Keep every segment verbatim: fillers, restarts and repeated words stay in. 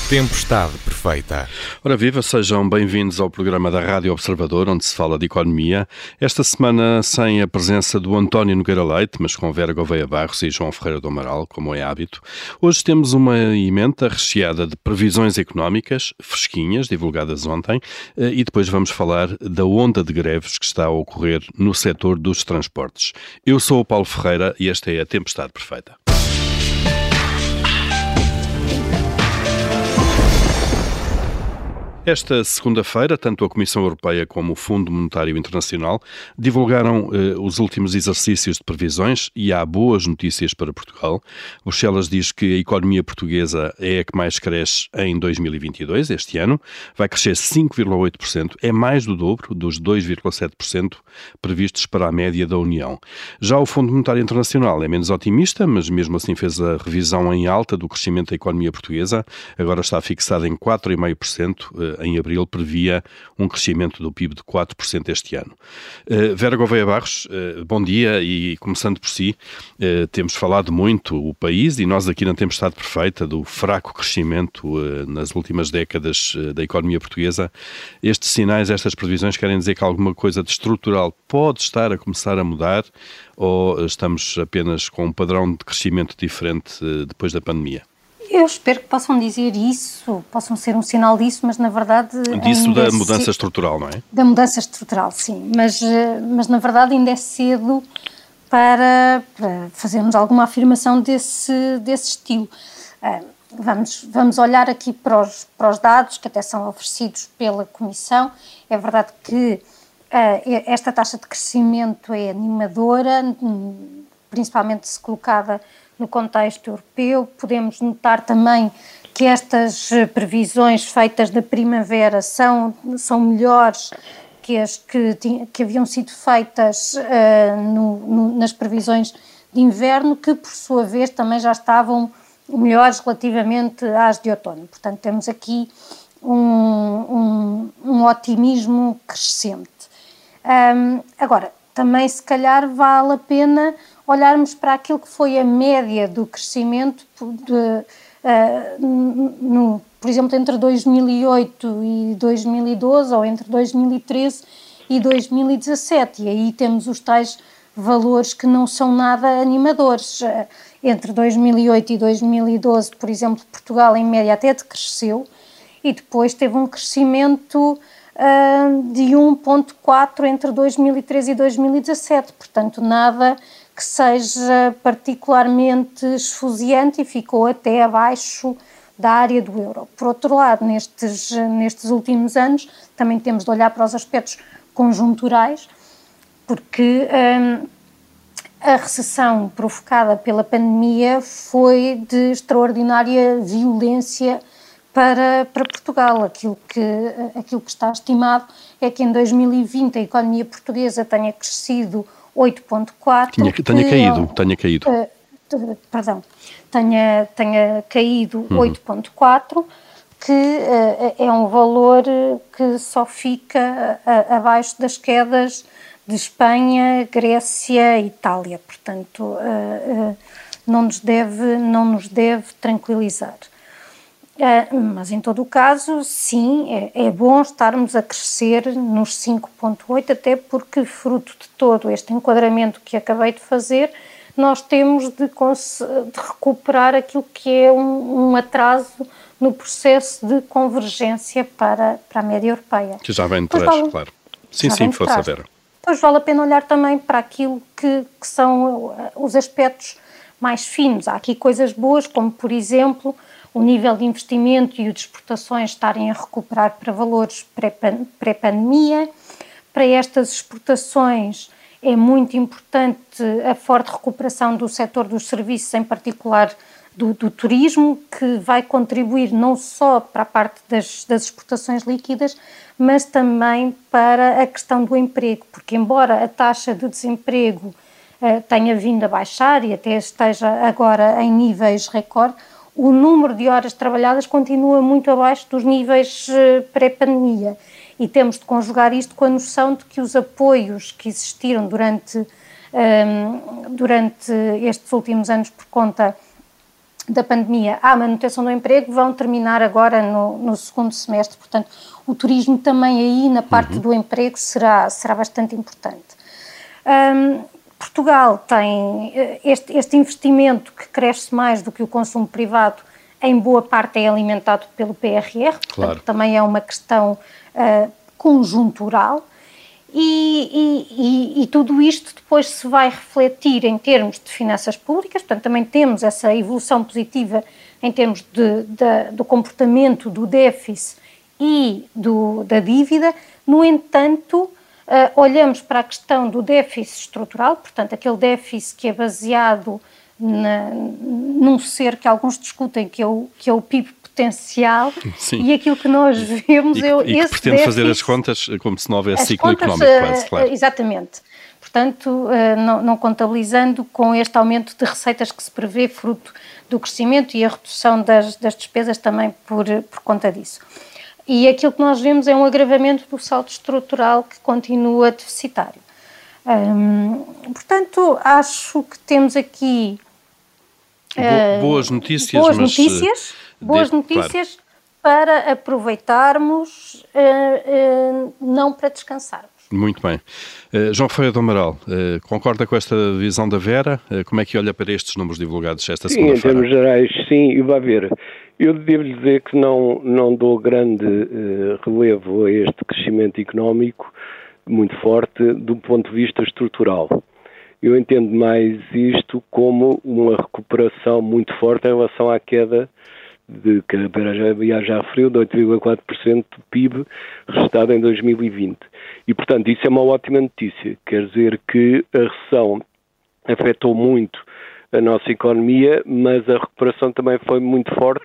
Tempestade perfeita. Ora viva, sejam bem-vindos ao programa da Rádio Observador, onde se fala de economia. Esta semana sem a presença do António Nogueira Leite, mas com Vera Gouveia Barros e João Ferreira do Amaral, como é hábito. Hoje temos uma emenda recheada de previsões económicas, fresquinhas, divulgadas ontem, e depois vamos falar da onda de greves que está a ocorrer no setor dos transportes. Eu sou o Paulo Ferreira e esta é a Tempestade Perfeita. Esta segunda-feira, tanto a Comissão Europeia como o Fundo Monetário Internacional divulgaram eh, os últimos exercícios de previsões e há boas notícias para Portugal. Bruxelas diz que a economia portuguesa é a que mais cresce em dois mil e vinte e dois, este ano. Vai crescer cinco vírgula oito por cento, é mais do dobro dos dois vírgula sete por cento previstos para a média da União. Já o Fundo Monetário Internacional é menos otimista, mas mesmo assim fez a revisão em alta do crescimento da economia portuguesa. Agora está fixada em quatro vírgula cinco por cento. Eh, em abril previa um crescimento do P I B de quatro por cento este ano. Uh, Vera Gouveia Barros, uh, bom dia, e começando por si, uh, temos falado muito o país e nós aqui na Tempestade Perfeita do fraco crescimento uh, nas últimas décadas uh, da economia portuguesa. Estes sinais, estas previsões querem dizer que alguma coisa de estrutural pode estar a começar a mudar ou estamos apenas com um padrão de crescimento diferente uh, depois da pandemia? Eu espero que possam dizer isso, possam ser um sinal disso, mas na verdade... Disso da mudança se... estrutural, não é? Da mudança estrutural, sim, mas, mas na verdade ainda é cedo para, para fazermos alguma afirmação desse, desse estilo. Uh, vamos, vamos olhar aqui para os, para os dados que até são oferecidos pela Comissão. É verdade que uh, esta taxa de crescimento é animadora, principalmente se colocada no contexto europeu. Podemos notar também que estas previsões feitas da primavera são, são melhores que as que, que haviam sido feitas uh, no, no, nas previsões de inverno, que por sua vez também já estavam melhores relativamente às de outono. Portanto, temos aqui um, um, um otimismo crescente. Um, agora, também se calhar vale a pena olharmos para aquilo que foi a média do crescimento, de, uh, no, por exemplo, entre dois mil e oito e dois mil e doze, ou entre dois mil e treze e dois mil e dezassete, e aí temos os tais valores que não são nada animadores. Uh, entre dois mil e oito e dois mil e doze, por exemplo, Portugal em média até decresceu, e depois teve um crescimento uh, de um vírgula quatro entre dois mil e treze e dois mil e dezassete, portanto nada que seja particularmente esfuziante, e ficou até abaixo da área do euro. Por outro lado, nestes, nestes últimos anos, também temos de olhar para os aspectos conjunturais, porque hum, a recessão provocada pela pandemia foi de extraordinária violência para, para Portugal. Aquilo que, aquilo que está estimado é que em dois mil e vinte a economia portuguesa tenha crescido oito vírgula quatro. Tinha, tenha caído, tenha caído. Uh, perdão, tenha, tenha caído uhum. oito vírgula quatro, que uh, é um valor que só fica uh, abaixo das quedas de Espanha, Grécia e Itália. Portanto, uh, uh, não nos deve, não nos deve tranquilizar. Uh, mas em todo o caso, sim, é, é bom estarmos a crescer nos cinco vírgula oito, até porque fruto de todo este enquadramento que acabei de fazer, nós temos de, de recuperar aquilo que é um, um atraso no processo de convergência para, para a média europeia. Que já vem de trás, vale, claro. Sim, sim, força, Vera. Depois vale a pena olhar também para aquilo que, que são os aspectos mais finos. Há aqui coisas boas, como por exemplo o nível de investimento e o de exportações estarem a recuperar para valores pré-pandemia. Para estas exportações é muito importante a forte recuperação do setor dos serviços, em particular do, do turismo, que vai contribuir não só para a parte das, das exportações líquidas, mas também para a questão do emprego, porque embora a taxa de desemprego uh, tenha vindo a baixar e até esteja agora em níveis recorde, o número de horas trabalhadas continua muito abaixo dos níveis pré-pandemia, e temos de conjugar isto com a noção de que os apoios que existiram durante, um, durante estes últimos anos por conta da pandemia à manutenção do emprego vão terminar agora no, no segundo semestre. Portanto, o turismo também aí na parte uhum. do emprego será, será bastante importante. Um, Portugal tem este, este investimento que cresce mais do que o consumo privado, em boa parte é alimentado pelo P R R, portanto claro. Também é uma questão uh, conjuntural. E, e, e, e tudo isto depois se vai refletir em termos de finanças públicas, portanto também temos essa evolução positiva em termos de, de, do comportamento do déficit e do, da dívida. No entanto, uh, olhamos para a questão do déficit estrutural, portanto aquele déficit que é baseado na, num ser que alguns discutem que é o, que é o P I B potencial. Sim. E aquilo que nós vemos e, é e que esse pretende déficit, fazer as contas como se não houvesse ciclo contas, económico quase, claro. Exatamente. Portanto, não, não contabilizando com este aumento de receitas que se prevê fruto do crescimento e a redução das, das despesas também por, por conta disso. E aquilo que nós vemos é um agravamento do saldo estrutural que continua deficitário. Hum, portanto, acho que temos aqui Bo- boas notícias, boas mas... notícias, boas de, notícias claro. Para aproveitarmos, uh, uh, não para descansarmos. Muito bem. Uh, João Ferreira do Amaral, uh, concorda com esta visão da Vera? Uh, como é que olha para estes números divulgados esta segunda-feira? Sim, em termos gerais, sim, e vai ver. Eu devo lhe dizer que não, não dou grande uh, relevo a este crescimento económico muito forte do ponto de vista estrutural. Eu entendo mais isto como uma recuperação muito forte em relação à queda de que a Vera já, já referiu, de oito vírgula quatro por cento do P I B registado em dois mil e vinte. E, portanto, isso é uma ótima notícia. Quer dizer que a recessão afetou muito a nossa economia, mas a recuperação também foi muito forte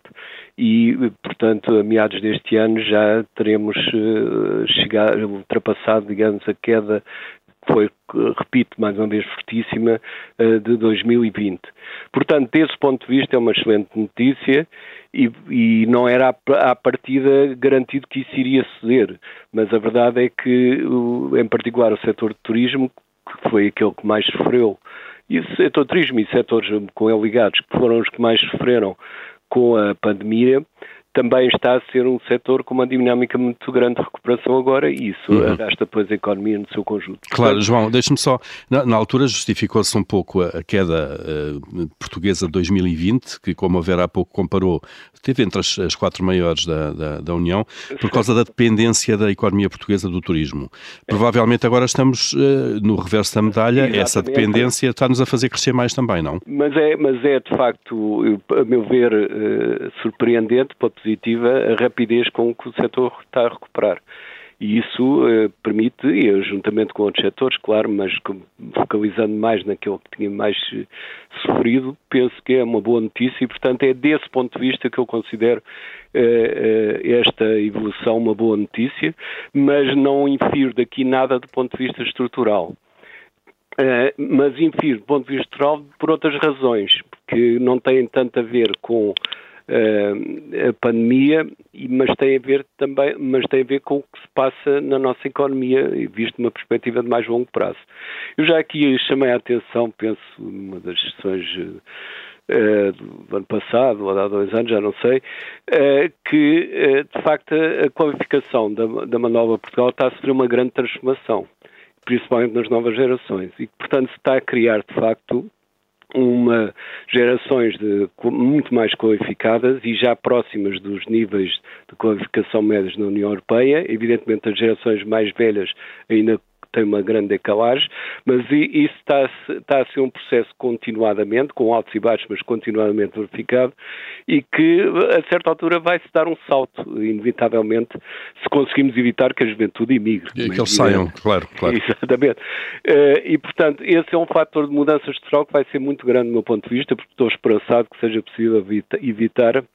e, portanto, a meados deste ano já teremos uh, chegado, ultrapassado, digamos, a queda foi, repito, mais uma vez fortíssima, de dois mil e vinte. Portanto, desse ponto de vista é uma excelente notícia e, e não era à partida garantido que isso iria suceder, mas a verdade é que, em particular, o setor de turismo, que foi aquele que mais sofreu, e o setor de turismo e setores com ele ligados, que foram os que mais sofreram com a pandemia, também está a ser um setor com uma dinâmica muito grande de recuperação agora e isso uhum. arrasta depois a economia no seu conjunto. Claro, Portanto, João, deixe-me só, na, na altura justificou-se um pouco a, a queda uh, portuguesa de dois mil e vinte, que como a Vera há pouco comparou, teve entre as, as quatro maiores da, da, da União, por causa da dependência da economia portuguesa do turismo. Provavelmente agora estamos uh, no reverso da medalha, Exatamente. Essa dependência está-nos a fazer crescer mais também, não? Mas é, mas é de facto, a meu ver, uh, surpreendente, para positiva a rapidez com que o setor está a recuperar. E isso eh, permite, e juntamente com outros setores, claro, mas com, focalizando mais naquele que tinha mais eh, sofrido, penso que é uma boa notícia e, portanto, é desse ponto de vista que eu considero eh, eh, esta evolução uma boa notícia, mas não infiro daqui nada do ponto de vista estrutural. Uh, mas infiro do ponto de vista estrutural por outras razões, porque não têm tanto a ver com Uh, a pandemia, mas tem a ver também, mas tem a ver com o que se passa na nossa economia, visto de uma perspectiva de mais longo prazo. Eu já aqui chamei a atenção, penso, numa das sessões uh, do ano passado, ou há dois anos, já não sei, uh, que uh, de facto a qualificação da, da Manobra Portugal está a sofrer uma grande transformação, principalmente nas novas gerações, e que, portanto, se está a criar, de facto, uma gerações de, muito mais qualificadas e já próximas dos níveis de qualificação médios na União Europeia. Evidentemente, as gerações mais velhas ainda têm uma grande decalagem, mas isso está a, está a ser um processo continuadamente, com altos e baixos, mas continuadamente verificado, e que a certa altura vai-se dar um salto, inevitavelmente, se conseguimos evitar que a juventude emigre. E que eles saiam, claro, claro. Exatamente. E, portanto, esse é um fator de mudança estrutural que vai ser muito grande do meu ponto de vista, porque estou esperançado que seja possível evitar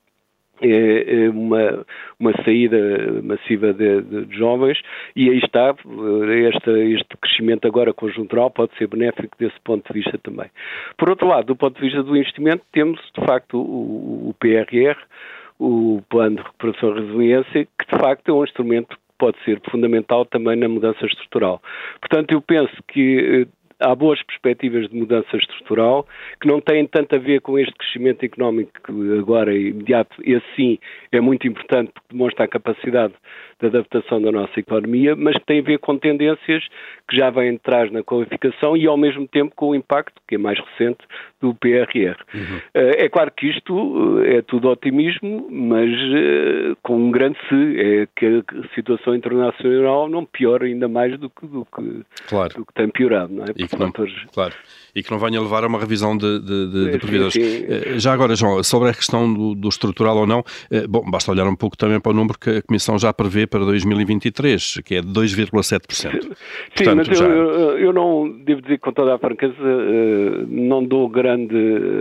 É uma, uma saída massiva de, de jovens e aí está, este, este crescimento agora conjuntural pode ser benéfico desse ponto de vista também. Por outro lado, do ponto de vista do investimento, temos de facto o, o P R R, o Plano de Recuperação e Resiliência, que de facto é um instrumento que pode ser fundamental também na mudança estrutural. Portanto, eu penso que há boas perspectivas de mudança estrutural que não têm tanto a ver com este crescimento económico que agora é imediato. Esse sim é muito importante porque demonstra a capacidade de adaptação da nossa economia, mas que tem a ver com tendências que já vêm atrás na qualificação e ao mesmo tempo com o impacto, que é mais recente, do P R R. Uhum. É claro que isto é tudo otimismo, mas com um grande se, é que a situação internacional não piora ainda mais do que, do que, claro. do que tem piorado, não é? E que não, claro. E que não venha levar a uma revisão de, de, de, de previsões. Já agora, João, sobre a questão do, do estrutural ou não, bom, basta olhar um pouco também para o número que a Comissão já prevê para dois mil e vinte e três, que é de dois vírgula sete por cento. Sim, Portanto, mas já... eu, eu não, devo dizer com toda a franqueza, não dou grande,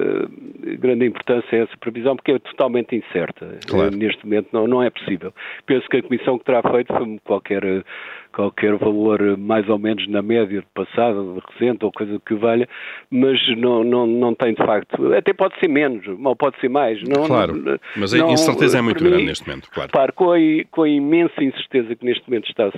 grande importância a essa previsão, porque é totalmente incerta. Claro. Neste momento não, não é possível. Penso que a Comissão que terá feito foi qualquer... qualquer valor mais ou menos na média de passado, de recente ou coisa que valha, mas não, não, não tem de facto, até pode ser menos, ou pode ser mais. Não, claro, não, mas a incerteza é muito grande neste momento, claro. Claro, com a, com a imensa incerteza que neste momento está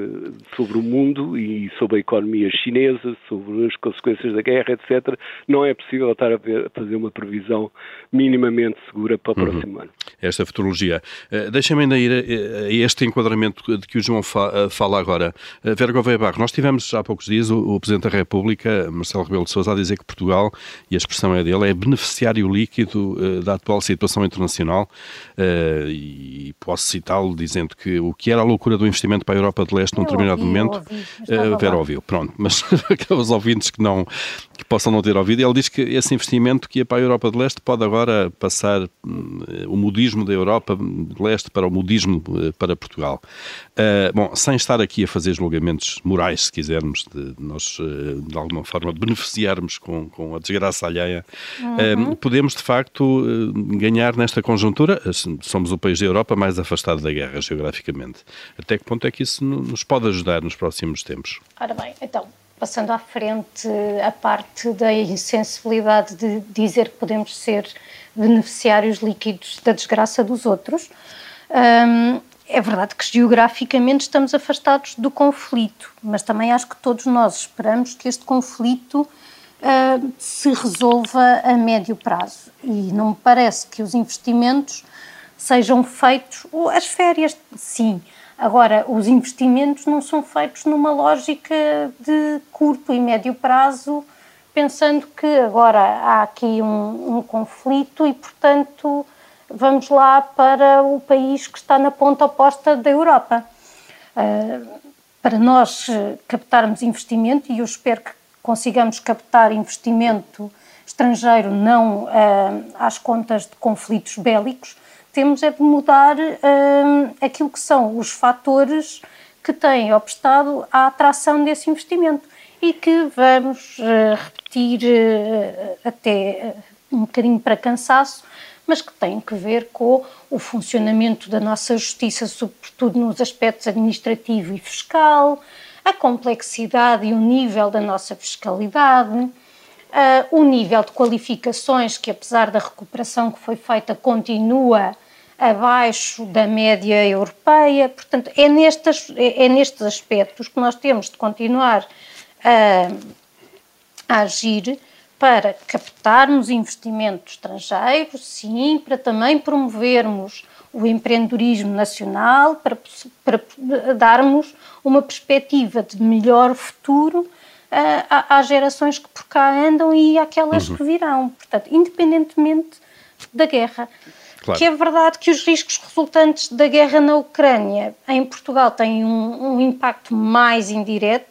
sobre o mundo e sobre a economia chinesa, sobre as consequências da guerra, etcétera, não é possível estar a, ver, a fazer uma previsão minimamente segura para o uhum. próximo ano. Esta futurologia. Uh, Deixa-me ainda ir a, a este enquadramento de que o João fa, fala agora. Agora, Vera Gouveia Barro, nós tivemos há poucos dias o, o Presidente da República, Marcelo Rebelo de Sousa, a dizer que Portugal, e a expressão é dele, é beneficiário líquido uh, da atual situação internacional uh, e posso citá-lo dizendo que o que era a loucura do investimento para a Europa de Leste num determinado ouvi, momento, ouvi, uh, Vera ouviu, pronto, mas aqueles ouvintes que, não, que possam não ter ouvido, ele diz que esse investimento que ia para a Europa de Leste pode agora passar um, o modismo da Europa de Leste para o modismo uh, para Portugal. Uh, bom, sem estar aqui a fazer julgamentos morais, se quisermos, de nós, de alguma forma, beneficiarmos com, com a desgraça alheia, uhum. podemos, de facto, ganhar nesta conjuntura. Somos o país da Europa mais afastado da guerra, geograficamente. Até que ponto é que isso nos pode ajudar nos próximos tempos? Ora bem, então, passando à frente a parte da insensibilidade de dizer que podemos ser beneficiários líquidos da desgraça dos outros, hum, é verdade que geograficamente estamos afastados do conflito, mas também acho que todos nós esperamos que este conflito uh, se resolva a médio prazo. E não me parece que os investimentos sejam feitos... As férias, sim. Agora, os investimentos não são feitos numa lógica de curto e médio prazo, pensando que agora há aqui um, um conflito e, portanto... vamos lá para o país que está na ponta oposta da Europa. Uh, para nós captarmos investimento, e eu espero que consigamos captar investimento estrangeiro não uh, às contas de conflitos bélicos, temos é de mudar uh, aquilo que são os fatores que têm obstado à atração desse investimento e que vamos uh, repetir uh, até uh, um bocadinho para cansaço, mas que têm que ver com o funcionamento da nossa justiça, sobretudo nos aspectos administrativo e fiscal, a complexidade e o nível da nossa fiscalidade, uh, o nível de qualificações que, apesar da recuperação que foi feita, continua abaixo da média europeia. Portanto, é nestes, é, é nestes aspectos que nós temos de continuar a, a agir, para captarmos investimento estrangeiro, sim, para também promovermos o empreendedorismo nacional, para, para darmos uma perspectiva de melhor futuro uh, às gerações que por cá andam e àquelas uhum. que virão. Portanto, independentemente da guerra. Claro. Que é verdade que os riscos resultantes da guerra na Ucrânia em Portugal têm um, um impacto mais indireto.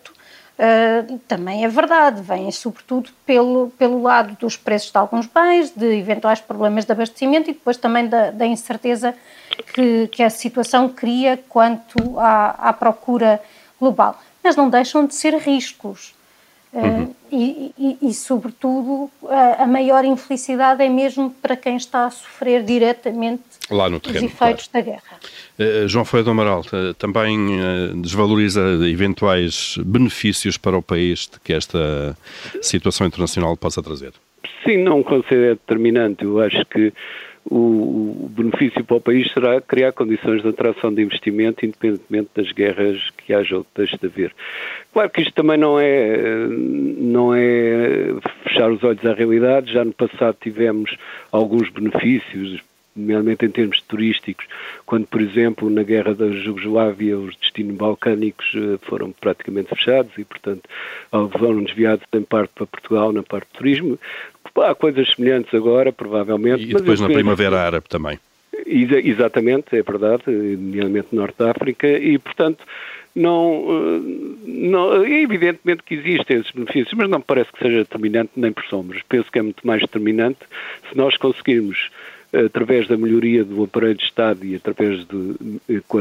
Uh, também é verdade, vêm sobretudo pelo, pelo lado dos preços de alguns bens, de eventuais problemas de abastecimento e depois também da, da incerteza que, que a situação cria quanto à, à procura global. Mas não deixam de ser riscos. Uh, uhum. e, e, e, sobretudo, a, a maior infelicidade é mesmo para quem está a sofrer diretamente lá no terreno, os efeitos claro. da guerra. Uh, João Ferreira do Amaral, uh, também uh, desvaloriza eventuais benefícios para o país de que esta situação internacional possa trazer? Sim, não considero determinante. Eu acho que o, o benefício para o país será criar condições de atração de investimento, independentemente das guerras que haja ou que deixe de haver. Claro que isto também não é, não é fechar os olhos à realidade. Já no passado tivemos alguns benefícios, nomeadamente em termos turísticos, quando, por exemplo, na guerra da Jugoslávia os destinos balcânicos foram praticamente fechados e, portanto, foram desviados em parte para Portugal, na parte do turismo. Há coisas semelhantes agora, provavelmente. E depois na Primavera Árabe também. Exatamente, é verdade, nomeadamente no Norte da África, e, portanto, não, não, evidentemente que existem esses benefícios, mas não me parece que seja determinante nem por sombras. Penso que é muito mais determinante se nós conseguirmos, através da melhoria do aparelho de Estado e através de... Com a,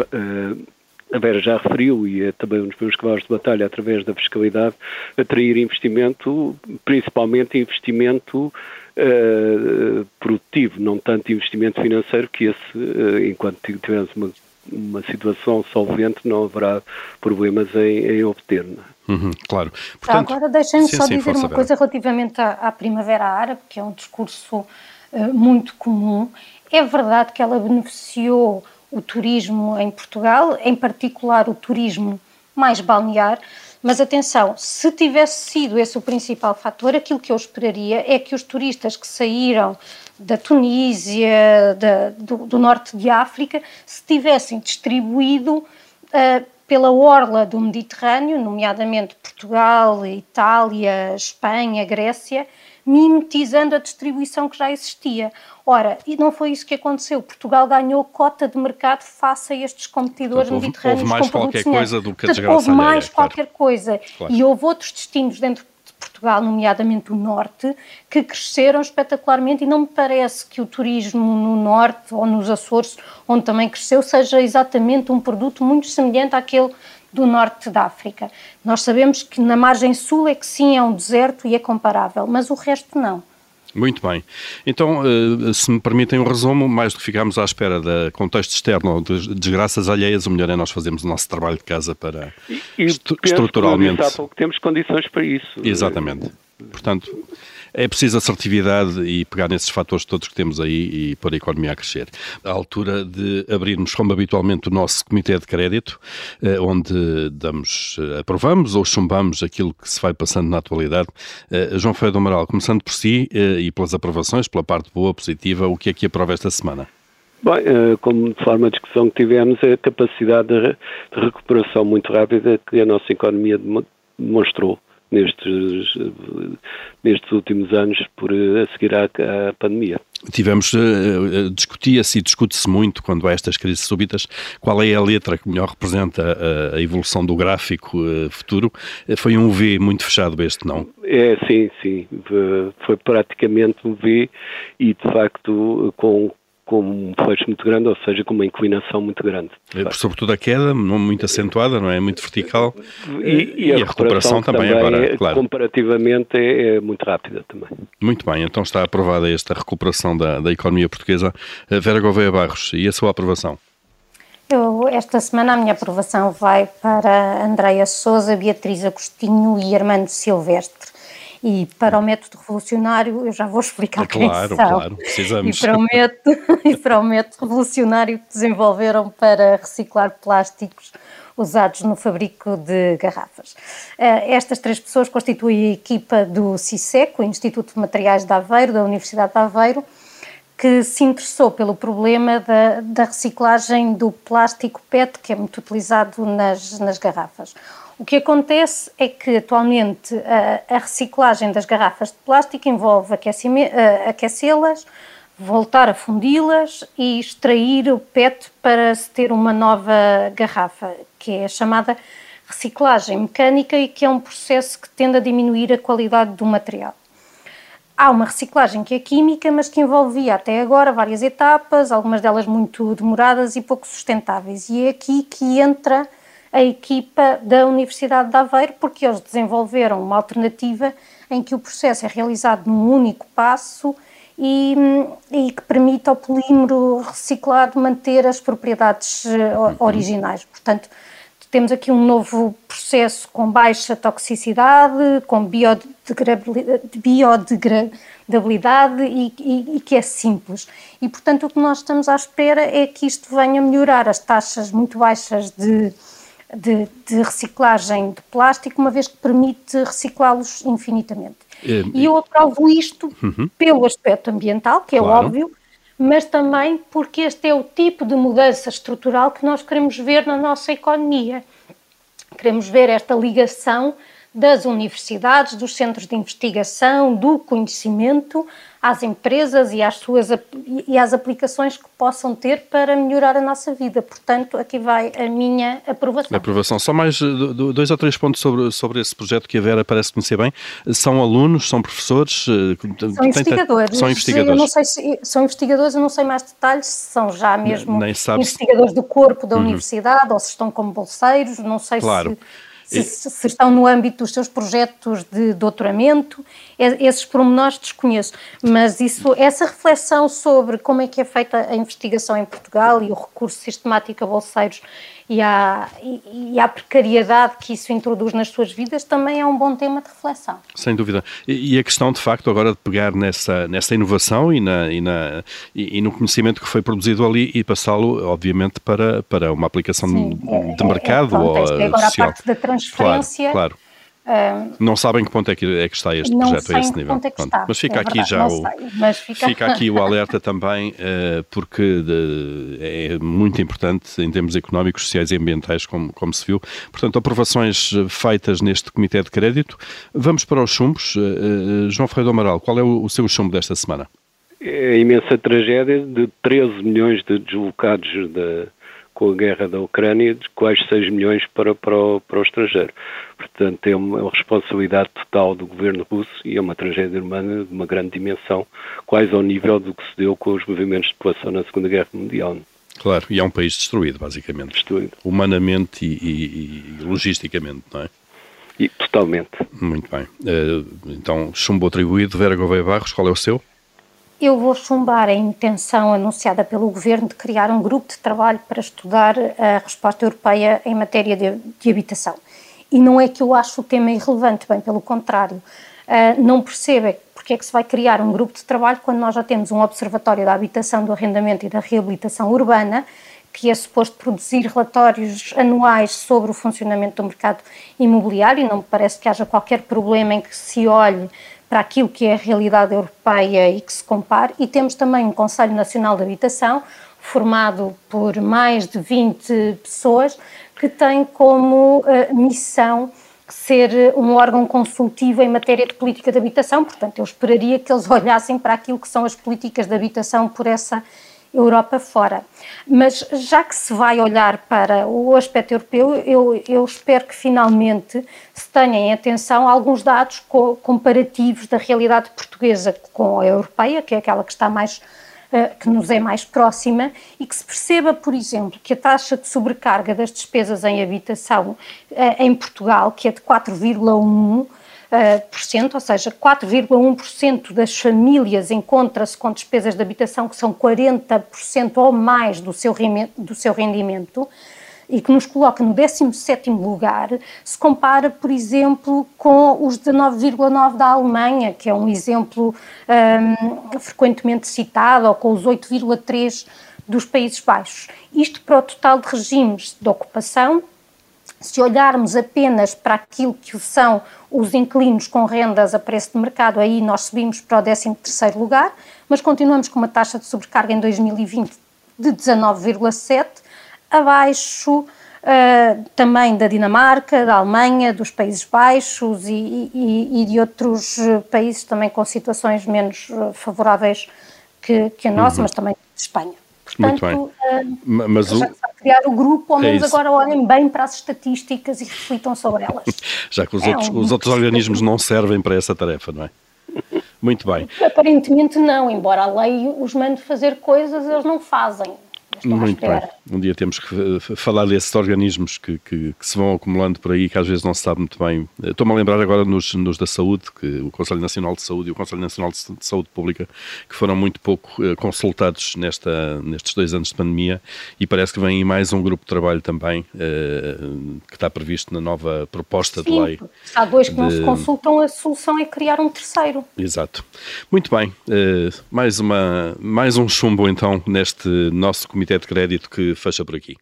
a, a Vera já referiu, e é também um dos meus cavalos de batalha, através da fiscalidade, atrair investimento, principalmente investimento uh, produtivo, não tanto investimento financeiro, que esse, uh, enquanto tivermos uma, uma situação solvente, não haverá problemas em, em obter. Não é? Uhum, claro. Portanto, agora deixem-me só sim, dizer uma Vera. coisa relativamente à, à Primavera Árabe, que é um discurso uh, muito comum. É verdade que ela beneficiou o turismo em Portugal, em particular o turismo mais balnear, mas atenção, se tivesse sido esse o principal fator, aquilo que eu esperaria é que os turistas que saíram da Tunísia, da, do, do norte de África, se tivessem distribuído uh, pela orla do Mediterrâneo, nomeadamente Portugal, Itália, Espanha, Grécia, mimetizando a distribuição que já existia. Ora, e não foi isso que aconteceu. Portugal ganhou cota de mercado face a estes competidores Portanto, mediterrâneos. houve mais com qualquer coisa do que a Portanto, desgraça houve mais alheia, claro. qualquer coisa. Claro. E houve outros destinos dentro de Portugal, nomeadamente o Norte, que cresceram espetacularmente, e não me parece que o turismo no Norte ou nos Açores, onde também cresceu, seja exatamente um produto muito semelhante àquele do Norte da África. Nós sabemos que na margem sul é que sim, é um deserto e é comparável, mas o resto não. Muito bem. Então, se me permitem um resumo, mais do que ficarmos à espera do contexto externo ou de desgraças alheias, o melhor é nós fazermos o nosso trabalho de casa para e, e estru estruturalmente... Há pouco temos condições para isso. Exatamente. Portanto, é preciso assertividade e pegar nesses fatores todos que temos aí e pôr a economia a crescer. À altura de abrirmos, como habitualmente, o nosso Comitê de Crédito, onde damos, aprovamos ou chumbamos aquilo que se vai passando na atualidade. João Ferreira do Amaral, começando por si e pelas aprovações, pela parte boa, positiva, o que é que aprova esta semana? Bem, como de forma a discussão que tivemos, é a capacidade de recuperação muito rápida que a nossa economia demonstrou nestes, nestes últimos anos, por a seguir à, à pandemia. Tivemos, uh, discutia-se e discute-se muito, quando há estas crises súbitas, qual é a letra que melhor representa a, a evolução do gráfico uh, futuro. Foi um V muito fechado este, não? É, sim, sim. Foi praticamente um V e, de facto, com com um fecho muito grande, ou seja, com uma inclinação muito grande. É, sobretudo a queda, não muito acentuada, não é? Muito vertical. E, e, e a, a recuperação, recuperação também, também agora, claro. Comparativamente, é, é muito rápida também. Muito bem, então está aprovada esta recuperação da, da economia portuguesa. Vera Gouveia Barros, e a sua aprovação? Eu, esta semana a minha aprovação vai para Andreia Sousa, Beatriz Agostinho e Armando Silvestre. E para o método revolucionário, eu já vou explicar é, claro, quem são. Claro, precisamos. E para, o método, e para o método revolucionário que desenvolveram para reciclar plásticos usados no fabrico de garrafas. Estas três pessoas constituem a equipa do CISEC, o Instituto de Materiais de Aveiro, da Universidade de Aveiro, que se interessou pelo problema da, da reciclagem do plástico P E T, que é muito utilizado nas, nas garrafas. O que acontece é que, atualmente, a, a reciclagem das garrafas de plástico envolve aquecê-las, voltar a fundi-las e extrair o P E T para se ter uma nova garrafa, que é a chamada reciclagem mecânica e que é um processo que tende a diminuir a qualidade do material. Há uma reciclagem que é química, mas que envolvia até agora várias etapas, algumas delas muito demoradas e pouco sustentáveis. E é aqui que entra a equipa da Universidade de Aveiro, porque eles desenvolveram uma alternativa em que o processo é realizado num único passo e, e que permite ao polímero reciclado manter as propriedades originais. Portanto, temos aqui um novo processo com baixa toxicidade, com biodegra- de habilidade e, e, e que é simples. E, portanto, o que nós estamos à espera é que isto venha melhorar as taxas muito baixas de, de, de reciclagem de plástico, uma vez que permite reciclá-los infinitamente. É, e eu aprovo isto uhum. pelo aspecto ambiental, que é claro. óbvio, mas também porque este é o tipo de mudança estrutural que nós queremos ver na nossa economia. Queremos ver esta ligação das universidades, dos centros de investigação, do conhecimento às empresas e às, suas, e às aplicações que possam ter para melhorar a nossa vida. Portanto, aqui vai a minha aprovação. Aprovação. Só mais dois ou três pontos sobre, sobre esse projeto que a Vera parece conhecer bem. São alunos, são professores? São investigadores. São investigadores. Eu não sei se, são investigadores, eu não sei mais detalhes, se são já mesmo investigadores do corpo da uhum. universidade ou se estão como bolseiros, não sei claro. se... Se, se estão no âmbito dos seus projetos de doutoramento, esses pormenores desconheço, mas isso, essa reflexão sobre como é que é feita a investigação em Portugal e o recurso sistemático a bolseiros e à, e, e à precariedade que isso introduz nas suas vidas também é um bom tema de reflexão. Sem dúvida. E, e a questão, de facto, agora de pegar nessa, nessa inovação e, na, e, na, e, e no conhecimento que foi produzido ali e passá-lo, obviamente, para, para uma aplicação Sim, de, é, de mercado é, é, ou é agora social. A parte da transferência... Claro, claro. Um, não sabem que ponto é que, é que está este projeto a esse nível. É que está, mas fica é aqui verdade, já o, sei, mas fica... fica aqui o alerta também, uh, porque de, é muito importante em termos económicos, sociais e ambientais, como, como se viu. Portanto, aprovações feitas neste Comitê de Crédito. Vamos para os chumbos. Uh, uh, João Ferreira do Amaral, qual é o, o seu chumbo desta semana? É a imensa tragédia de treze milhões de deslocados da, com a guerra da Ucrânia, de quais seis milhões para, para, o, para o estrangeiro. Portanto, é uma, é uma responsabilidade total do governo russo e é uma tragédia humana de uma grande dimensão, quase ao nível do que se deu com os movimentos de população na Segunda Guerra Mundial. Claro, e é um país destruído, basicamente. Destruído. Humanamente e, e, e logisticamente, não é? E, totalmente. Muito bem. Então, chumbo atribuído. Vera Gouveia Barros, qual é o seu? Eu vou chumbar a intenção anunciada pelo Governo de criar um grupo de trabalho para estudar a resposta europeia em matéria de, de habitação. E não é que eu acho o tema irrelevante, bem pelo contrário. Uh, não percebo porque é que se vai criar um grupo de trabalho quando nós já temos um observatório da habitação, do arrendamento e da reabilitação urbana, que é suposto produzir relatórios anuais sobre o funcionamento do mercado imobiliário, e não me parece que haja qualquer problema em que se olhe para aquilo que é a realidade europeia e que se compare. E temos também um Conselho Nacional de Habitação, formado por mais de vinte pessoas, que tem como uh, missão ser um órgão consultivo em matéria de política de habitação. Portanto, eu esperaria que eles olhassem para aquilo que são as políticas de habitação por essa Europa fora. Mas já que se vai olhar para o aspecto europeu, eu, eu espero que finalmente se tenha em atenção alguns dados co- comparativos da realidade portuguesa com a europeia, que é aquela que está mais, uh, que nos é mais próxima, e que se perceba, por exemplo, que a taxa de sobrecarga das despesas em habitação uh, em Portugal, que é de quatro vírgula um por cento, ou seja, quatro vírgula um por cento das famílias encontra-se com despesas de habitação que são quarenta por cento ou mais do seu, do seu rendimento, e que nos coloca no décimo sétimo lugar, se compara, por exemplo, com os dezanove vírgula nove por cento da Alemanha, que é um exemplo um, frequentemente citado, ou com os oito vírgula três por cento dos Países Baixos. Isto para o total de regimes de ocupação. Se olharmos apenas para aquilo que são os inquilinos com rendas a preço de mercado, aí nós subimos para o décimo terceiro lugar, mas continuamos com uma taxa de sobrecarga em dois mil e vinte de dezanove vírgula sete por cento, abaixo uh, também da Dinamarca, da Alemanha, dos Países Baixos e, e, e de outros países também com situações menos favoráveis que, que a nossa, uhum. mas também de Espanha. Portanto, muito bem. Uh, mas já o... que criar o grupo, ao menos é agora olhem bem para as estatísticas e reflitam sobre elas. Já que os, é outros, um... os outros organismos não servem para essa tarefa, não é? Muito bem. Aparentemente não, embora a lei os mande fazer coisas, eles não fazem. Estou à Muito espera. bem. Um dia temos que falar desses organismos que, que, que se vão acumulando por aí, que às vezes não se sabe muito bem. Estou-me a lembrar agora nos, nos da saúde, que o Conselho Nacional de Saúde e o Conselho Nacional de Saúde Pública, que foram muito pouco consultados nesta, nestes dois anos de pandemia, e parece que vem aí mais um grupo de trabalho também, que está previsto na nova proposta Sim, de lei. Se há dois que de... não se consultam, a solução é criar um terceiro. Exato. Muito bem. Mais, uma, mais um chumbo então neste nosso Comitê de Crédito que fecha por aqui.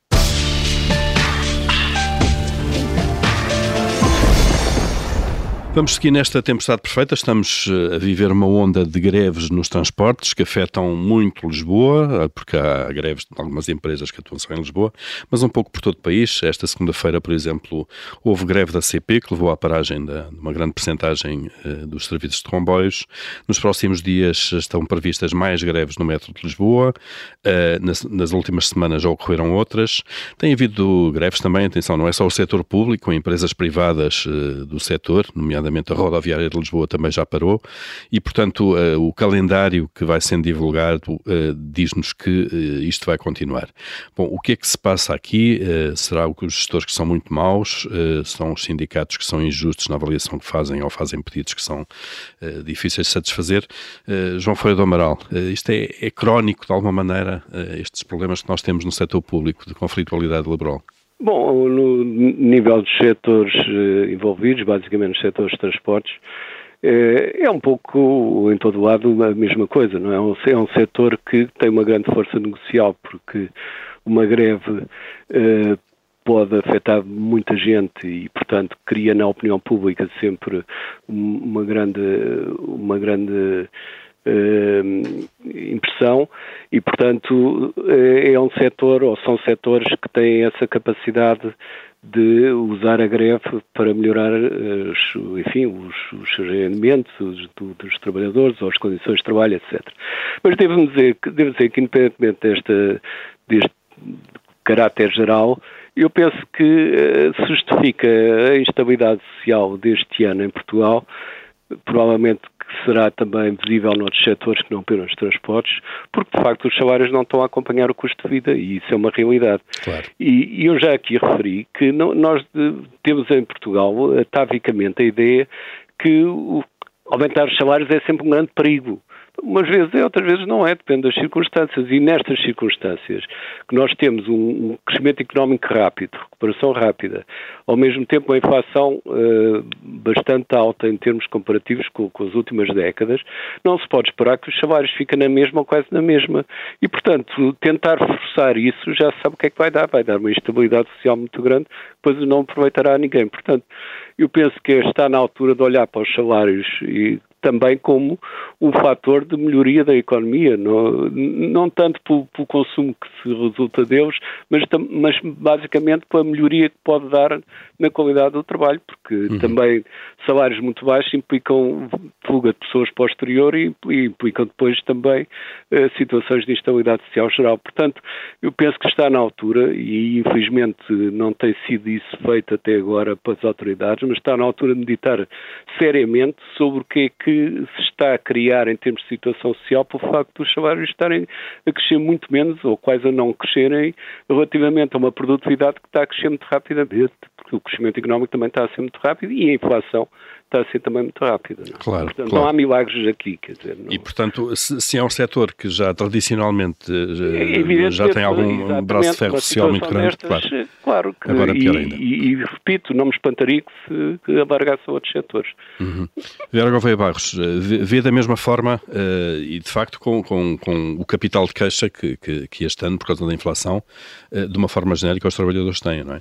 Vamos seguir nesta tempestade perfeita. Estamos a viver uma onda de greves nos transportes que afetam muito Lisboa, porque há greves de algumas empresas que atuam só em Lisboa, mas um pouco por todo o país. Esta segunda-feira, por exemplo, houve greve da C P, que levou à paragem de uma grande percentagem uh, dos serviços de comboios. Nos próximos dias estão previstas mais greves no metro de Lisboa. Uh, nas, nas últimas semanas já ocorreram outras. Tem havido greves também, atenção, não é só o setor público, empresas privadas uh, do setor, nomeadamente a rodoviária de Lisboa também já parou e, portanto, uh, o calendário que vai sendo divulgado uh, diz-nos que uh, isto vai continuar. Bom, o que é que se passa aqui? Uh, será os gestores que são muito maus? Uh, são os sindicatos que são injustos na avaliação que fazem ou fazem pedidos que são uh, difíceis de satisfazer? Uh, João Ferreira do Amaral, uh, isto é, é crónico de alguma maneira, uh, estes problemas que nós temos no setor público de conflitualidade laboral? Bom, no nível dos setores eh, envolvidos, basicamente os setores de transportes, eh, é um pouco, em todo lado, a mesma coisa, não é? É um, é um setor que tem uma grande força negocial, porque uma greve eh, pode afetar muita gente e, portanto, cria na opinião pública sempre uma grande... Uma grande Uh, impressão e, portanto, é um setor, ou são setores que têm essa capacidade de usar a greve para melhorar, uh, enfim, os, os seus rendimentos do, dos trabalhadores ou as condições de trabalho, etcétera. Mas devo dizer que, devo dizer que independentemente desta, deste caráter geral, eu penso que uh, se justifica a instabilidade social deste ano em Portugal, provavelmente que será também visível noutros setores que não apenas os transportes, porque de facto os salários não estão a acompanhar o custo de vida e isso é uma realidade. Claro. E, e eu já aqui referi que não, nós de, temos em Portugal, atavicamente, a ideia que o, aumentar os salários é sempre um grande perigo. Umas vezes é, outras vezes não é, depende das circunstâncias. E nestas circunstâncias, que nós temos um, um crescimento económico rápido, recuperação rápida, ao mesmo tempo uma inflação uh, bastante alta em termos comparativos com, com as últimas décadas, não se pode esperar que os salários fiquem na mesma ou quase na mesma. E, portanto, tentar forçar isso já se sabe o que é que vai dar. Vai dar uma instabilidade social muito grande, depois não aproveitará a ninguém. Portanto, eu penso que está na altura de olhar para os salários e também como um fator de melhoria da economia, não, não tanto pelo, pelo consumo que se resulta deles, mas, mas basicamente pela melhoria que pode dar na qualidade do trabalho, porque uhum. também salários muito baixos implicam fuga de pessoas para o exterior e, e implicam depois também uh, situações de instabilidade social geral. Portanto, eu penso que está na altura, e infelizmente não tem sido isso feito até agora pelas autoridades, mas está na altura de meditar seriamente sobre o que é que se está a criar em termos de situação social pelo facto dos salários estarem a crescer muito menos ou quase a não crescerem relativamente a uma produtividade que está a crescer muito rapidamente, porque o crescimento económico também está a ser muito rápido e a inflação está a ser também muito rápida. Não? Claro, portanto, claro. Não há milagres aqui, quer dizer. Não... E, portanto, se, se é um setor que já tradicionalmente é, já tem algum braço de ferro social muito grande, destas, claro. claro que, Agora pior e, ainda. E, e, repito, não me espantaria que se alargasse a outros setores. Uhum. Vera Gouveia Barros, vê, vê da mesma forma uh, e, de facto, com, com, com o capital de queixa que, que, que este ano, por causa da inflação, uh, de uma forma genérica, os trabalhadores têm, não é?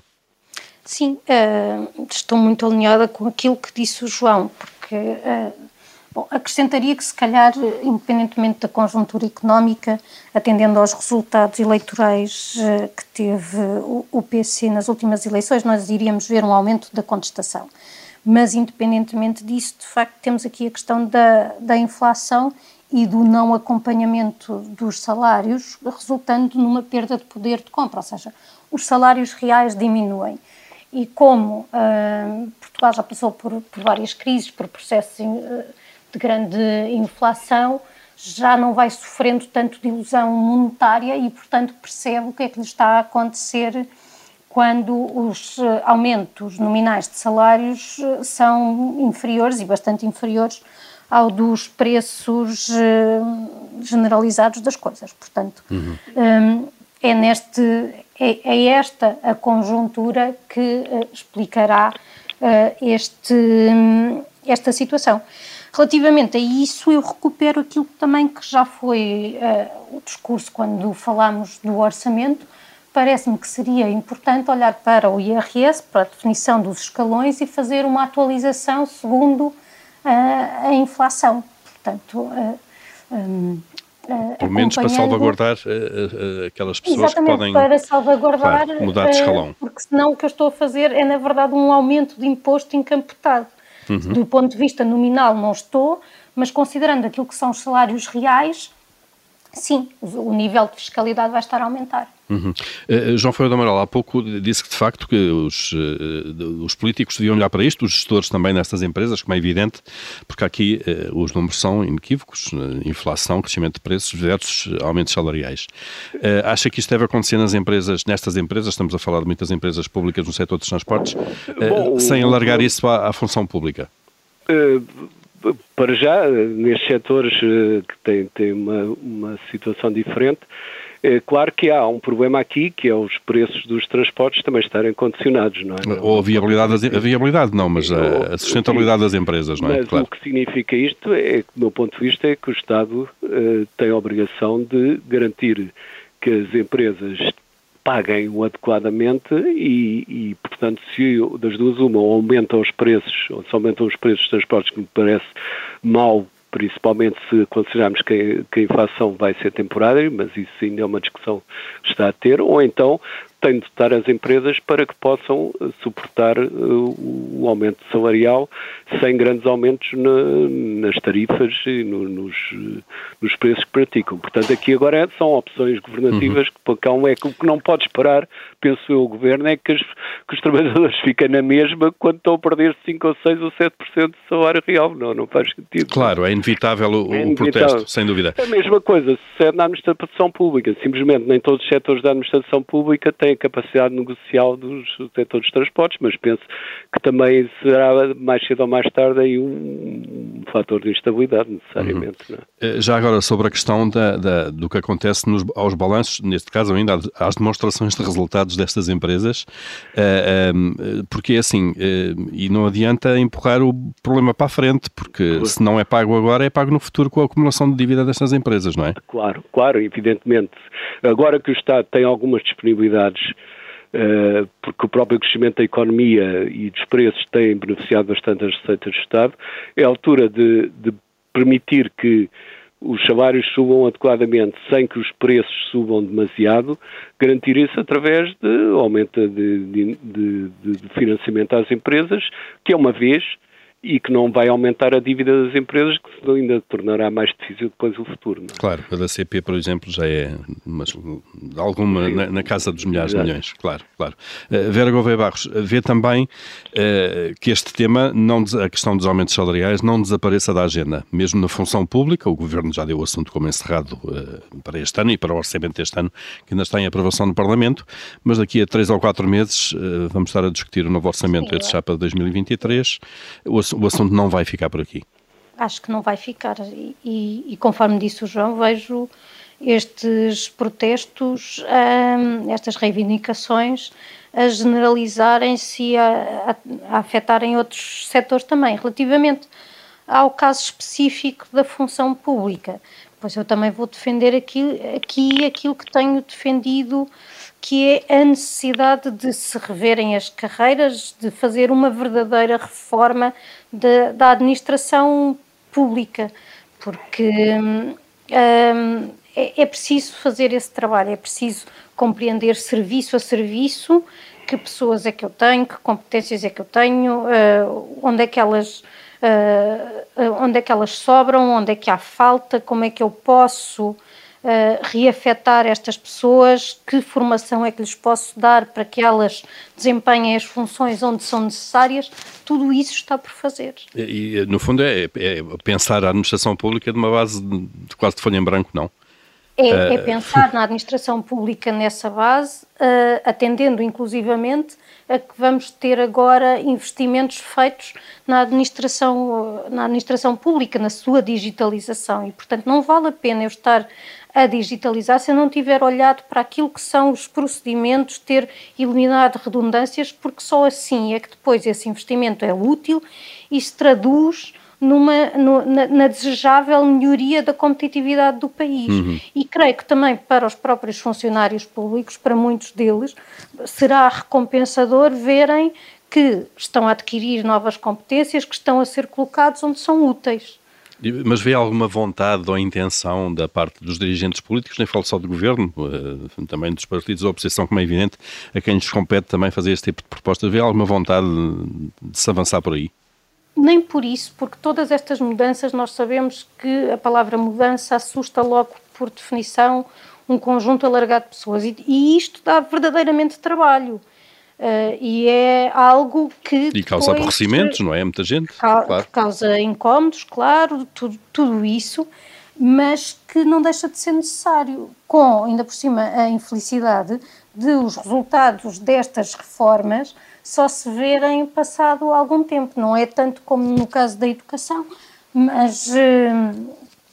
Sim, uh, estou muito alinhada com aquilo que disse o João, porque uh, bom, acrescentaria que se calhar, independentemente da conjuntura económica, atendendo aos resultados eleitorais uh, que teve o, o P C nas últimas eleições, nós iríamos ver um aumento da contestação. Mas independentemente disso, de facto, temos aqui a questão da, da inflação e do não acompanhamento dos salários, resultando numa perda de poder de compra, ou seja, os salários reais diminuem. E como uh, Portugal já passou por, por várias crises, por processos uh, de grande inflação, já não vai sofrendo tanto de ilusão monetária e, portanto, percebe o que é que lhe está a acontecer quando os aumentos nominais de salários são inferiores e bastante inferiores ao dos preços generalizados das coisas. Portanto, uhum. é, neste, é, é esta a conjuntura que explicará este, esta situação. Relativamente a isso, eu recupero aquilo também que já foi uh, o discurso quando falámos do orçamento. Parece-me que seria importante olhar para o I R S, para a definição dos escalões e fazer uma atualização segundo uh, a inflação. Portanto, uh, um, uh, pelo menos para salvaguardar uh, uh, aquelas pessoas que podem para salvaguardar, claro, mudar de escalão. Uh, porque senão o que eu estou a fazer é, na verdade, um aumento de imposto encapotado. Uhum. Do ponto de vista nominal não estou, mas considerando aquilo que são os salários reais, sim, o nível de fiscalidade vai estar a aumentar. Uhum. Uh, João Ferreira do Amaral, há pouco disse que de facto que os, uh, os políticos deviam olhar para isto, os gestores também nestas empresas, como é evidente, porque aqui uh, os números são inequívocos, uh, inflação, crescimento de preços versus aumentos salariais. Uh, acha que isto deve acontecer nas empresas, nestas empresas, estamos a falar de muitas empresas públicas no setor dos transportes, uh, Bom, sem alargar isso à, à função pública? Uh, para já, nestes setores uh, que têm, têm uma, uma situação diferente, é claro que há um problema aqui, que é os preços dos transportes também estarem condicionados, não é? Ou a viabilidade, a viabilidade não, mas a, a sustentabilidade das empresas, não é? Mas claro. O que significa isto, é, do meu ponto de vista, é que o Estado uh, tem a obrigação de garantir que as empresas paguem-o adequadamente e, e, portanto, se das duas uma, ou aumentam os preços, ou se aumentam os preços dos transportes, que me parece mau, principalmente se considerarmos que, que a inflação vai ser temporária, mas isso ainda é uma discussão que está a ter, ou então tem de dotar as empresas para que possam suportar uh, o aumento salarial sem grandes aumentos na, nas tarifas e no, nos, nos preços que praticam. Portanto, aqui agora são opções governativas, uhum. que um é que o que não pode esperar, penso eu, o governo, é que, as, que os trabalhadores fiquem na mesma quando estão a perder cinco ou seis ou sete por cento do salário real. Não, não faz sentido. Claro, é inevitável o, é o inevitável. protesto, sem dúvida. É a mesma coisa, se é na administração pública, simplesmente nem todos os setores da administração pública têm a capacidade negocial dos setores dos transportes, mas penso que também será mais cedo ou mais tarde aí um, um fator de instabilidade, necessariamente. Uhum. Não é? Já agora, sobre a questão da, da, do que acontece nos, aos balanços, neste caso ainda às demonstrações de resultados destas empresas, uh, uh, porque é assim, uh, e não adianta empurrar o problema para a frente, porque se não é pago agora, é pago no futuro com a acumulação de dívida destas empresas, não é? Claro, claro, evidentemente. Agora que o Estado tem algumas disponibilidades, uh, porque o próprio crescimento da economia e dos preços tem beneficiado bastante as receitas do Estado, é a altura de, de permitir que os salários subam adequadamente sem que os preços subam demasiado, garantir isso através de aumento de, de, de, de financiamento às empresas, que é uma vez, e que não vai aumentar a dívida das empresas, que ainda tornará mais difícil depois o futuro. Não é? Claro, a da C P, por exemplo, já é mas, alguma na, na casa dos milhares de milhões, claro, claro. Uh, Vera Gouveia Barros, vê também uh, que este tema, não, a questão dos aumentos salariais, não desapareça da agenda. Mesmo na função pública, o Governo já deu o assunto como encerrado uh, para este ano e para o orçamento deste ano, que ainda está em aprovação no Parlamento, mas daqui a três ou quatro meses uh, vamos estar a discutir o novo orçamento Sim, de chapa de dois mil e vinte e três. O O assunto não vai ficar por aqui. Acho que não vai ficar. E, e, e conforme disse o João, vejo estes protestos, hum, estas reivindicações, a generalizarem-se e a, a, a afetarem outros setores também. Relativamente ao caso específico da função pública, pois eu também vou defender aqui, aqui aquilo que tenho defendido, que é a necessidade de se reverem as carreiras, de fazer uma verdadeira reforma de, da administração pública, porque hum, é, é preciso fazer esse trabalho, é preciso compreender serviço a serviço, que pessoas é que eu tenho, que competências é que eu tenho, uh, onde é que elas, uh, onde é que elas sobram, onde é que há falta, como é que eu posso reafetar estas pessoas, que formação é que lhes posso dar para que elas desempenhem as funções onde são necessárias, tudo isso está por fazer. E, e no fundo, é, é pensar a administração pública de uma base de, de quase de folha em branco, não? É, é pensar na administração pública nessa base, uh, atendendo inclusivamente a que vamos ter agora investimentos feitos na administração, na administração pública, na sua digitalização, e portanto não vale a pena eu estar a digitalizar se eu não tiver olhado para aquilo que são os procedimentos, ter eliminado redundâncias, porque só assim é que depois esse investimento é útil e se traduz Numa, no, na, na desejável melhoria da competitividade do país. Uhum. E creio que também para os próprios funcionários públicos, para muitos deles, será recompensador verem que estão a adquirir novas competências, que estão a ser colocados onde são úteis. Mas vê alguma vontade ou intenção da parte dos dirigentes políticos, nem falo só do governo, também dos partidos da oposição, como é evidente, a quem lhes compete também fazer este tipo de propostas, vê alguma vontade de se avançar por aí? Nem por isso, porque todas estas mudanças nós sabemos que a palavra mudança assusta logo, por definição, um conjunto alargado de pessoas e, e isto dá verdadeiramente trabalho uh, e é algo que... E causa depois, aborrecimentos, não é? Muita gente. Ca- claro. Causa incómodos, claro, tudo, tudo isso, mas que não deixa de ser necessário, com, ainda por cima, a infelicidade de os resultados destas reformas só se verem passado algum tempo. Não é tanto como no caso da educação, mas, hum.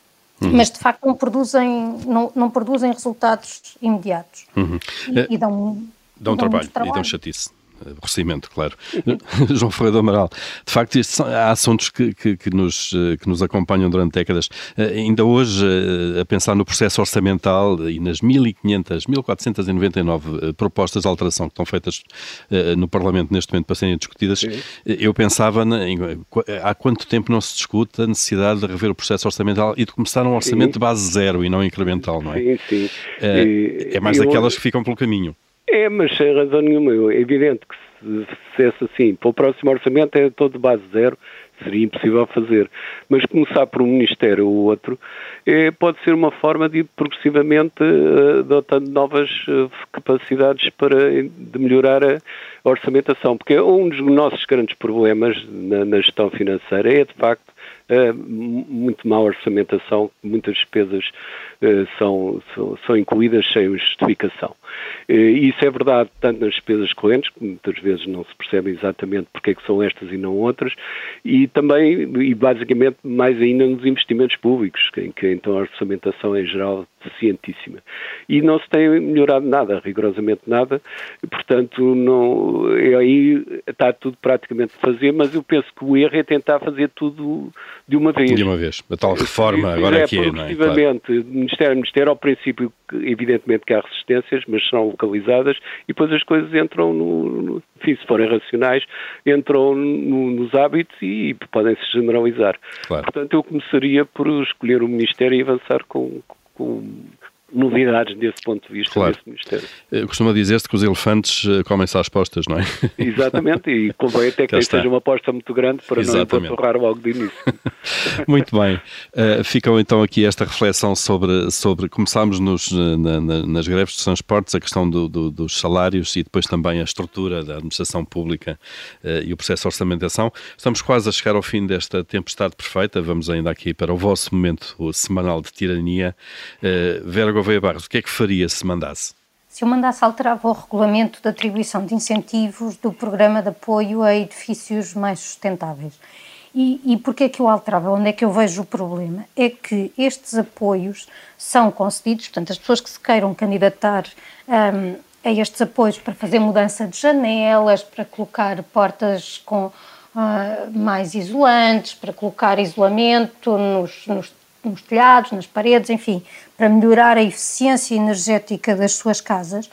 mas de facto não produzem, não, não produzem resultados imediatos. Uhum. E, e dão, dão, dão trabalho, trabalho, e dão chatice. Aborrecimento, claro. João Ferreira do Amaral, de facto são, há assuntos que, que, que, nos, que nos acompanham durante décadas. Uh, ainda hoje, uh, a pensar no processo orçamental e nas mil e quinhentas, mil quatrocentas e noventa e nove uh, propostas de alteração que estão feitas uh, no Parlamento neste momento para serem discutidas, uh, eu pensava na, em, há quanto tempo não se discute a necessidade de rever o processo orçamental e de começar um orçamento sim. de base zero e não incremental, não é? Sim, sim. Uh, e, é mais eu... daquelas que ficam pelo caminho. É, mas sem razão nenhuma. É evidente que se dissesse assim, para o próximo orçamento é todo de base zero, seria impossível fazer. Mas começar por um ministério ou outro é, pode ser uma forma de ir progressivamente uh, adotando novas uh, capacidades para de melhorar a orçamentação. Porque um dos nossos grandes problemas na, na gestão financeira é, de facto, Uh, muito má orçamentação, muitas despesas uh, são, são, são incluídas sem justificação. Uh, e isso é verdade tanto nas despesas correntes, que muitas vezes não se percebe exatamente porque é que são estas e não outras, e também, e basicamente, mais ainda nos investimentos públicos, em que então a orçamentação em geral é deficientíssima. E não se tem melhorado nada, rigorosamente nada, e, portanto, não, aí está tudo praticamente a fazer, mas eu penso que o erro é tentar fazer tudo de uma vez. De uma vez. A tal reforma se agora é que é, não é? Claro. Ministério a Ministério, ao princípio, evidentemente que há resistências, mas são localizadas e depois as coisas entram no, no enfim, se forem racionais, entram no, nos hábitos e, e podem se generalizar. Claro. Portanto, eu começaria por escolher o Ministério e avançar com, com novidades desse ponto de vista, claro. Desse Ministério. Costuma dizer-se que os elefantes comem-se às postas, não é? Exatamente, e convém até que seja uma aposta muito grande para Exatamente. Não empurrar logo de início. Muito bem. Uh, ficam então aqui esta reflexão sobre, sobre começámos nos, na, na, nas greves dos transportes, a questão do, do, dos salários e depois também a estrutura da administração pública uh, e o processo de orçamentação. Estamos quase a chegar ao fim desta tempestade perfeita, vamos ainda aqui para o vosso momento o semanal de tirania. Uh, Vera Gouveia Barros, o que é que faria se mandasse? Se eu mandasse, alterava o regulamento de atribuição de incentivos do programa de apoio a edifícios mais sustentáveis. E, e porquê é que eu alterava? Onde é que eu vejo o problema? É que estes apoios são concedidos, portanto, as pessoas que se queiram candidatar um, a estes apoios para fazer mudança de janelas, para colocar portas com, uh, mais isolantes, para colocar isolamento nos, nos nos telhados, nas paredes, enfim, para melhorar a eficiência energética das suas casas,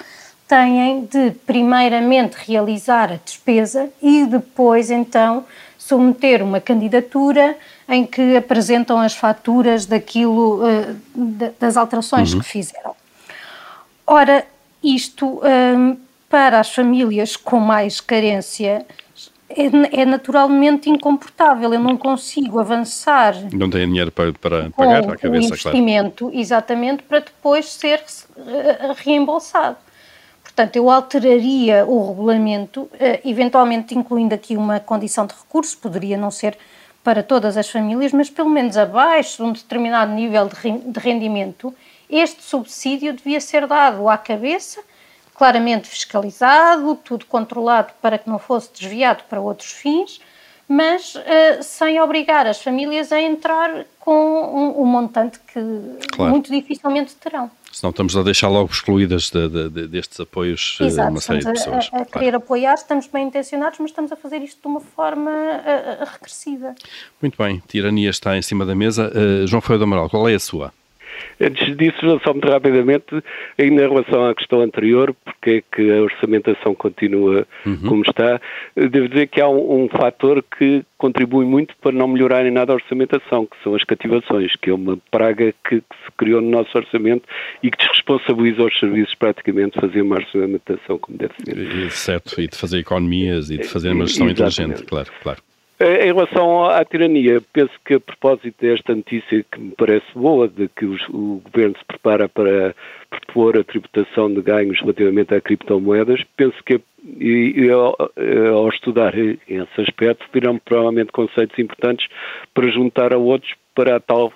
têm de primeiramente realizar a despesa e depois então submeter uma candidatura em que apresentam as faturas daquilo, uh, das alterações uhum. que fizeram. Ora, isto um, para as famílias com mais carência é, é naturalmente incomportável. Eu não consigo avançar. Não tem dinheiro para, para pagar à cabeça, o investimento, claro. Exatamente, para depois ser reembolsado. Portanto, eu alteraria o regulamento, eventualmente incluindo aqui uma condição de recurso, poderia não ser para todas as famílias, mas pelo menos abaixo de um determinado nível de rendimento, este subsídio devia ser dado à cabeça, claramente fiscalizado, tudo controlado para que não fosse desviado para outros fins, mas uh, sem obrigar as famílias a entrar com um, um montante que claro. muito dificilmente terão. Senão estamos a deixar logo excluídas de, de, de, destes apoios Exato, uma série de pessoas. A, a, a claro. querer apoiar, estamos bem intencionados, mas estamos a fazer isto de uma forma uh, regressiva. Muito bem, tirania está em cima da mesa. Uh, João Ferreira do Amaral, qual é a sua? Antes disso, só muito rapidamente, ainda em relação à questão anterior, porque é que a orçamentação continua uhum. como está, devo dizer que há um, um fator que contribui muito para não melhorar em nada a orçamentação, que são as cativações, que é uma praga que, que se criou no nosso orçamento e que desresponsabiliza os serviços praticamente de fazer uma orçamentação como deve ser. Certo, e de fazer economias e de fazer uma gestão Exatamente. inteligente, claro, claro. Em relação à tirania, penso que a propósito desta notícia que me parece boa, de que os, o Governo se prepara para propor a tributação de ganhos relativamente a criptomoedas, penso que e, e, ao, ao estudar esse aspecto virão provavelmente conceitos importantes para juntar a outros para a tal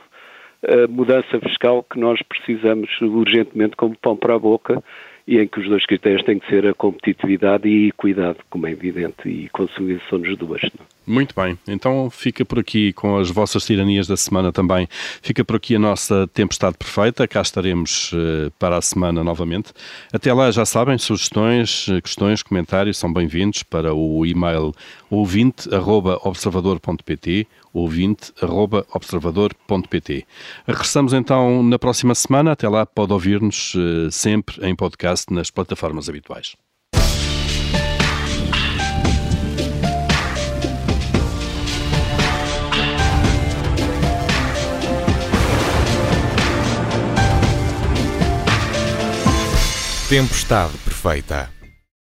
a mudança fiscal que nós precisamos urgentemente como pão para a boca, e em que os dois critérios têm que ser a competitividade e a equidade, como é evidente, e consolidação das duas. Não? Muito bem, então fica por aqui com as vossas tiranias da semana também, fica por aqui a nossa tempestade perfeita, cá estaremos uh, para a semana novamente. Até lá, já sabem, sugestões, questões, comentários são bem-vindos para o e-mail ouvinte arroba observador ponto pt, ouvinte arroba observador ponto pt. Regressamos então na próxima semana. Até lá pode ouvir-nos uh, sempre em podcast nas plataformas habituais. Tempestade perfeita.